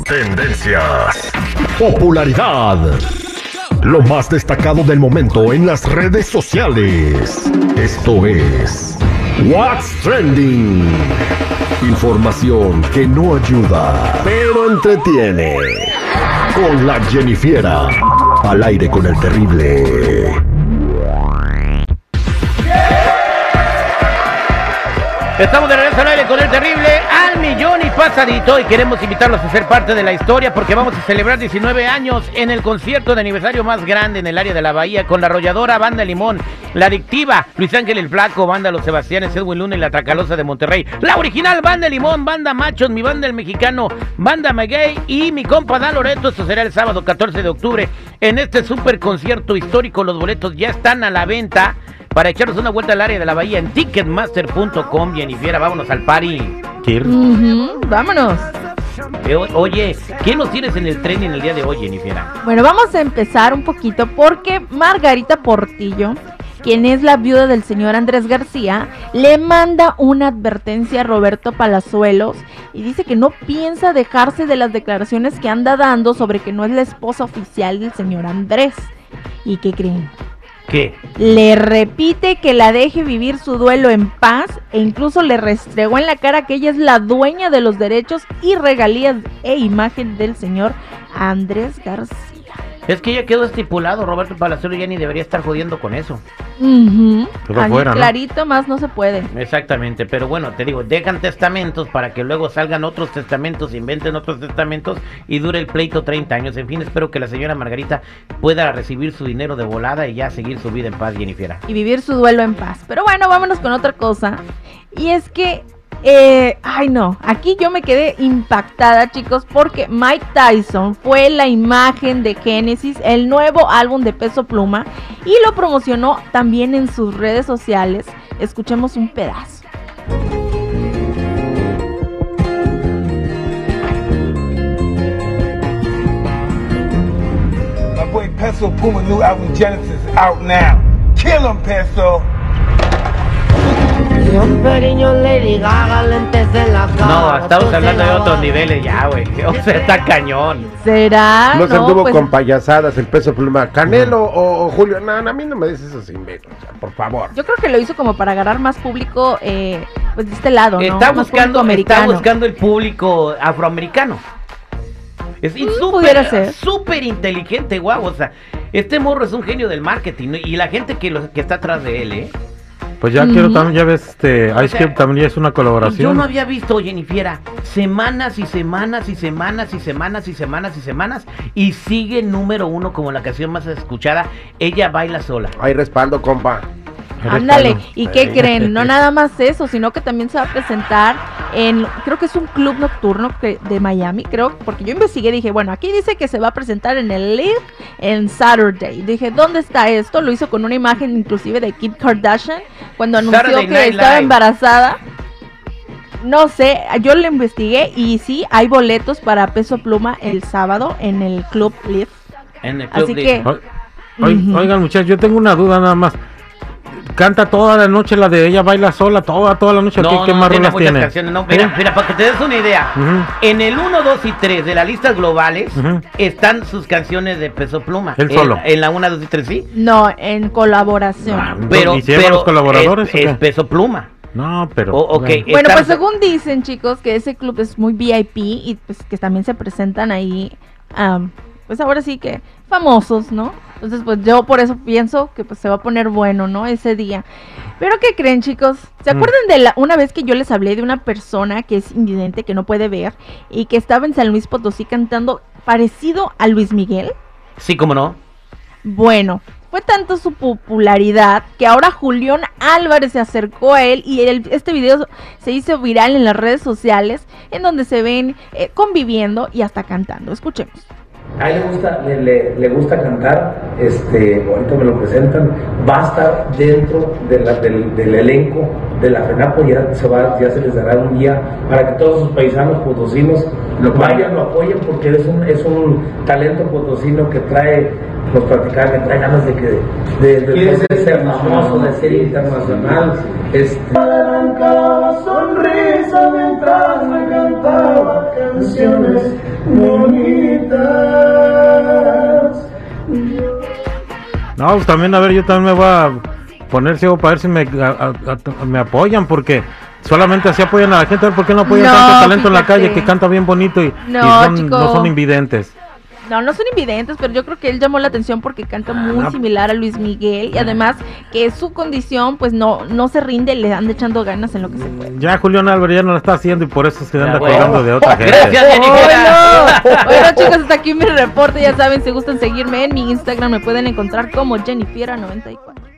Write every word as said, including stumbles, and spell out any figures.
Tendencias, popularidad, lo más destacado del momento en las redes sociales. Esto es What's Trending. Información que no ayuda, pero entretiene. Con la Jennifiera, al aire con el terrible. Estamos de regreso al aire con el terrible al millón y pasadito, y queremos invitarlos a ser parte de la historia porque vamos a celebrar diecinueve años en el concierto de aniversario más grande en el área de la Bahía con la arrolladora Banda Limón, La Adictiva, Luis Ángel el Flaco, Banda Los Sebastianes, Edwin Luna y La Tracalosa de Monterrey, la original Banda Limón, Banda Machos, mi banda el mexicano, Banda Maguey y mi compa Dan Loreto. Esto será el sábado catorce de octubre en este super concierto histórico. Los boletos ya están a la venta para echarnos una vuelta al área de la Bahía en ticketmaster punto com. Jennifiera, vámonos al party. Uh-huh, vámonos. Eh, oye, ¿qué nos tienes en el tren en el día de hoy, Jennifiera? Bueno, vamos a empezar un poquito porque Margarita Portillo, quien es la viuda del señor Andrés García, le manda una advertencia a Roberto Palazuelos y dice que no piensa dejarse de las declaraciones que anda dando sobre que no es la esposa oficial del señor Andrés. ¿Y qué creen? ¿Qué? Le repite que la deje vivir su duelo en paz e incluso le restregó en la cara que ella es la dueña de los derechos y regalías e imagen del señor Andrés García. Es que ya quedó estipulado, Roberto Palazuelos ya ni debería estar jodiendo con eso. Uh-huh. Fuera, ¿no? Clarito, más no se puede. Exactamente, pero bueno, te digo, dejan testamentos para que luego salgan otros testamentos, inventen otros testamentos y dure el pleito treinta años. En fin, espero que la señora Margarita pueda recibir su dinero de volada y ya seguir su vida en paz, Jennifiera. Y vivir su duelo en paz. Pero bueno, vámonos con otra cosa. Y es que Eh, ay no, aquí yo me quedé impactada, chicos, porque Mike Tyson fue la imagen de Génesis, el nuevo álbum de Peso Pluma, y lo promocionó también en sus redes sociales. Escuchemos un pedazo. My boy Peso Pluma new album Genesis is out now. Kill him, Peso. No, estamos hablando de otros niveles ya, güey. O sea, está cañón. ¿Será? No se no, anduvo pues, con payasadas el Peso Pluma. Canelo o, o Julio. No, no, a mí no me dices esos inventos, o sea, por favor. Yo creo que lo hizo como para agarrar más público, eh, pues de este lado, ¿no? Está Más buscando, público está americano. buscando el público afroamericano. Es Mm, pudiera ser. súper inteligente, guau. O sea, este morro es un genio del marketing, ¿no? Y la gente que, lo, que está atrás de él, ¿eh? Pues ya Ujú. quiero también, ya ves, este, O Ice sea, Cube también es una colaboración. Yo no había visto, Jennifiera, semanas y semanas y semanas y semanas y semanas y semanas y sigue número uno como la canción más escuchada. Ella baila sola. Hay respaldo, compa. Hay Ándale, respaldo. ¿y qué creen? No nada más eso, sino que también se va a presentar en, creo que es un club nocturno que- de Miami, creo, porque yo investigué, dije, bueno, aquí dice que se va a presentar en el Live en Saturday. Dije, ¿dónde está esto? Lo hizo con una imagen inclusive de Kim Kardashian, cuando anunció Saturday que Night estaba Live. embarazada. No sé, yo lo investigué y sí, hay boletos para Peso Pluma el sábado en el Club Live. En el club Así de- que, O- oi- Ujú. Oigan, muchachos, yo tengo una duda nada más. Canta toda la noche la de ella baila sola, toda, toda la noche. No, ¿Qué, qué no, más tiene rolas muchas tiene? canciones. No, mira, ¿Eh? mira, para que te des una idea. Ujú. En el uno, dos y tres de las listas globales Ujú. están sus canciones de Peso Pluma. Él En- solo. En la uno, dos y tres, sí. no, en colaboración. Ah, Pero, ¿y si llevan pero los colaboradores es, o qué? es Peso Pluma. No, pero... O- ok. bueno. Bueno, Están- pues según dicen, chicos, que ese club es muy V I P y pues que también se presentan ahí, am, pues ahora sí que famosos, ¿no? Entonces, pues yo por eso pienso que pues se va a poner bueno, ¿no? Ese día. Pero ¿qué creen, chicos? ¿Se Mm. acuerdan de la una vez que yo les hablé de una persona que es invidente, que no puede ver y que estaba en San Luis Potosí cantando parecido a Luis Miguel? Sí, cómo no. Bueno, fue tanto su popularidad que ahora Julián Álvarez se acercó a él y el- este video se hizo viral en las redes sociales en donde se ven eh, conviviendo y hasta cantando. Escuchemos. A él le gusta, le, le- le gusta cantar, este, ahorita me lo presentan, va a estar dentro de la- del, del elenco de la FENAPO, ya se, va, ya se les dará un día para que todos sus paisanos potosinos lo vayan, lo apoyen, porque es un, es un talento potosino que trae, nos platicaba que trae ganas de que de, de, de ser famoso, de ser internacional. Este, arrancaba sonrisa mientras me cantaba canciones mujeres bonitas. No, pues también, a ver, yo también me voy a poner ciego para ver si me, a, a, a, me apoyan, porque solamente así apoyan a la gente. ¿Por qué no apoyan No, tanto talento en la fíjate. calle que canta bien bonito y, No, y son, chico. no son invidentes? No, no son invidentes, pero yo creo que él llamó la atención porque canta muy no. similar a Luis Miguel y además que su condición pues no, no se rinde, le anda echando ganas en lo que se puede. Ya Julián Álvarez ya no lo está haciendo y por eso es que Ya, anda bueno. colgando de otra gente. Gracias, Jennifer. Bueno, bueno, chicos, hasta aquí mi reporte. Ya saben, si gustan seguirme en mi Instagram, me pueden encontrar como Jennifer noventa y cuatro.